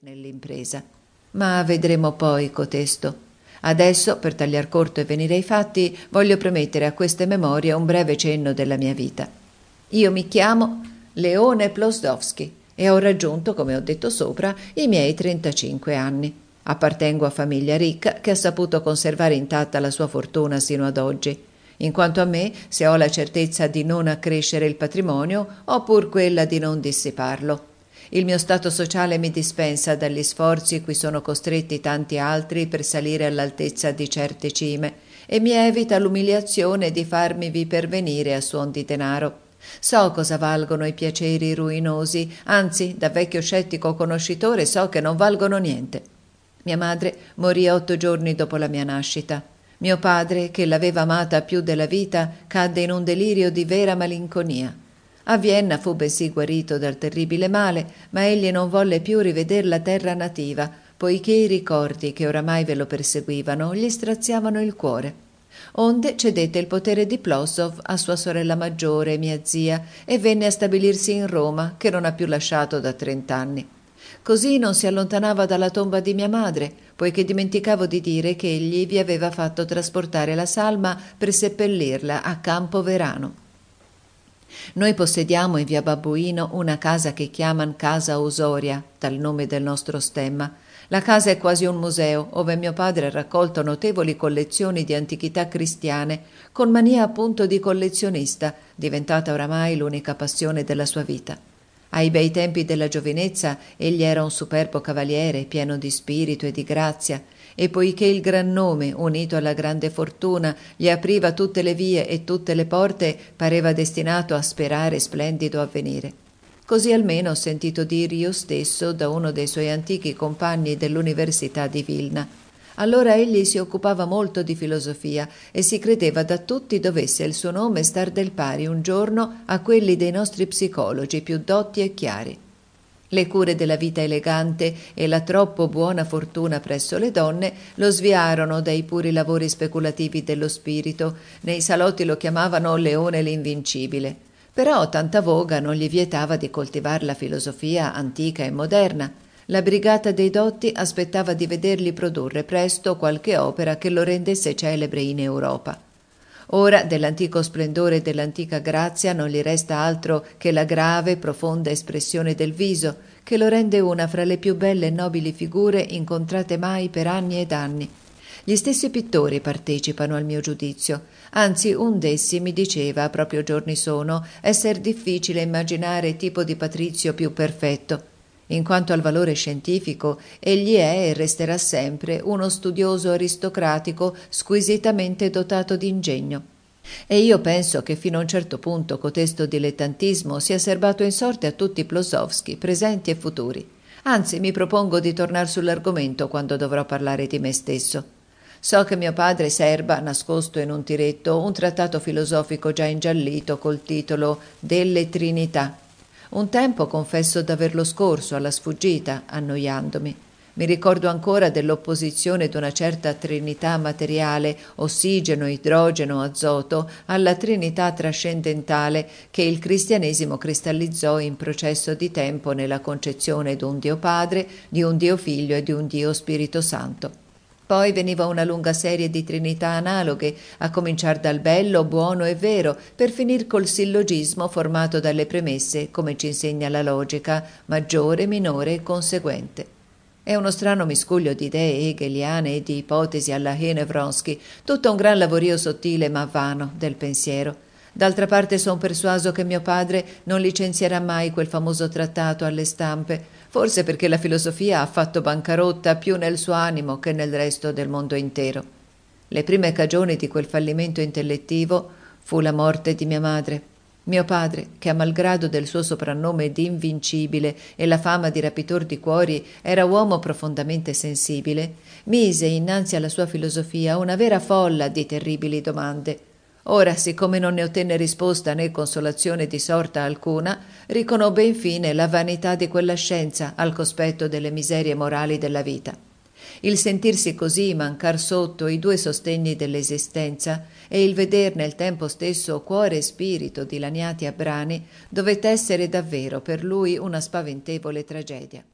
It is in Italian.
nell'impresa. Ma vedremo poi cotesto. Adesso, per tagliar corto e venire ai fatti, voglio premettere a queste memorie un breve cenno della mia vita. Io mi chiamo Leone Plosdowski e ho raggiunto, come ho detto sopra, i miei 35 anni. Appartengo a famiglia ricca che ha saputo conservare intatta la sua fortuna sino ad oggi. In quanto a me, se ho la certezza di non accrescere il patrimonio, ho pur quella di non dissiparlo. Il mio stato sociale mi dispensa dagli sforzi cui sono costretti tanti altri per salire all'altezza di certe cime e mi evita l'umiliazione di farmivi pervenire a suon di denaro. So cosa valgono i piaceri ruinosi, anzi, da vecchio scettico conoscitore so che non valgono niente. Mia madre morì 8 giorni dopo la mia nascita. Mio padre, che l'aveva amata più della vita, cadde in un delirio di vera malinconia. A Vienna fu bensì guarito dal terribile male, ma egli non volle più riveder la terra nativa, poiché i ricordi che oramai ve lo perseguivano gli straziavano il cuore. Onde cedette il potere di Plossov a sua sorella maggiore, mia zia, e venne a stabilirsi in Roma, che non ha più lasciato da 30 anni. Così non si allontanava dalla tomba di mia madre, poiché dimenticavo di dire che egli vi aveva fatto trasportare la salma per seppellirla a Campo Verano. Noi possediamo in via Babbuino una casa che chiaman Casa Osoria, dal nome del nostro stemma. La casa è quasi un museo, ove mio padre ha raccolto notevoli collezioni di antichità cristiane, con mania appunto di collezionista, diventata oramai l'unica passione della sua vita. Ai bei tempi della giovinezza egli era un superbo cavaliere, pieno di spirito e di grazia, e poiché il gran nome, unito alla grande fortuna, gli apriva tutte le vie e tutte le porte, pareva destinato a sperare splendido avvenire. Così almeno ho sentito dire io stesso da uno dei suoi antichi compagni dell'Università di Vilna. Allora egli si occupava molto di filosofia e si credeva da tutti dovesse il suo nome star del pari un giorno a quelli dei nostri psicologi più dotti e chiari. Le cure della vita elegante e la troppo buona fortuna presso le donne lo sviarono dai puri lavori speculativi dello spirito. Nei salotti lo chiamavano Leone l'Invincibile. Però tanta voga non gli vietava di coltivar la filosofia antica e moderna. La brigata dei dotti aspettava di vedergli produrre presto qualche opera che lo rendesse celebre in Europa. Ora dell'antico splendore e dell'antica grazia non gli resta altro che la grave, profonda espressione del viso, che lo rende una fra le più belle e nobili figure incontrate mai per anni ed anni. Gli stessi pittori partecipano al mio giudizio, anzi un d'essi mi diceva, proprio giorni sono, esser difficile immaginare tipo di patrizio più perfetto. In quanto al valore scientifico, egli è e resterà sempre uno studioso aristocratico squisitamente dotato d'ingegno. E io penso che fino a un certo punto cotesto dilettantismo sia serbato in sorte a tutti i Plosowski, presenti e futuri. Anzi, mi propongo di tornar sull'argomento quando dovrò parlare di me stesso. So che mio padre serba, nascosto in un tiretto, un trattato filosofico già ingiallito col titolo Delle Trinità. Un tempo confesso d'averlo scorso alla sfuggita, annoiandomi. Mi ricordo ancora dell'opposizione d'una certa trinità materiale, ossigeno, idrogeno, azoto, alla trinità trascendentale che il cristianesimo cristallizzò in processo di tempo nella concezione d'un Dio Padre, di un Dio Figlio e di un Dio Spirito Santo. Poi veniva una lunga serie di trinità analoghe, a cominciar dal bello, buono e vero, per finir col sillogismo formato dalle premesse, come ci insegna la logica, maggiore, minore e conseguente. È uno strano miscuglio di idee hegeliane e di ipotesi alla Henevronski, tutto un gran lavorio sottile ma vano del pensiero. D'altra parte son persuaso che mio padre non licenzierà mai quel famoso trattato alle stampe, forse perché la filosofia ha fatto bancarotta più nel suo animo che nel resto del mondo intero. Le prime cagioni di quel fallimento intellettivo fu la morte di mia madre. Mio padre, che a malgrado del suo soprannome di invincibile e la fama di rapitor di cuori era uomo profondamente sensibile, mise innanzi alla sua filosofia una vera folla di terribili domande. Ora, siccome non ne ottenne risposta né consolazione di sorta alcuna, riconobbe infine la vanità di quella scienza al cospetto delle miserie morali della vita. Il sentirsi così mancar sotto i due sostegni dell'esistenza e il veder nel tempo stesso cuore e spirito dilaniati a brani dovette essere davvero per lui una spaventevole tragedia.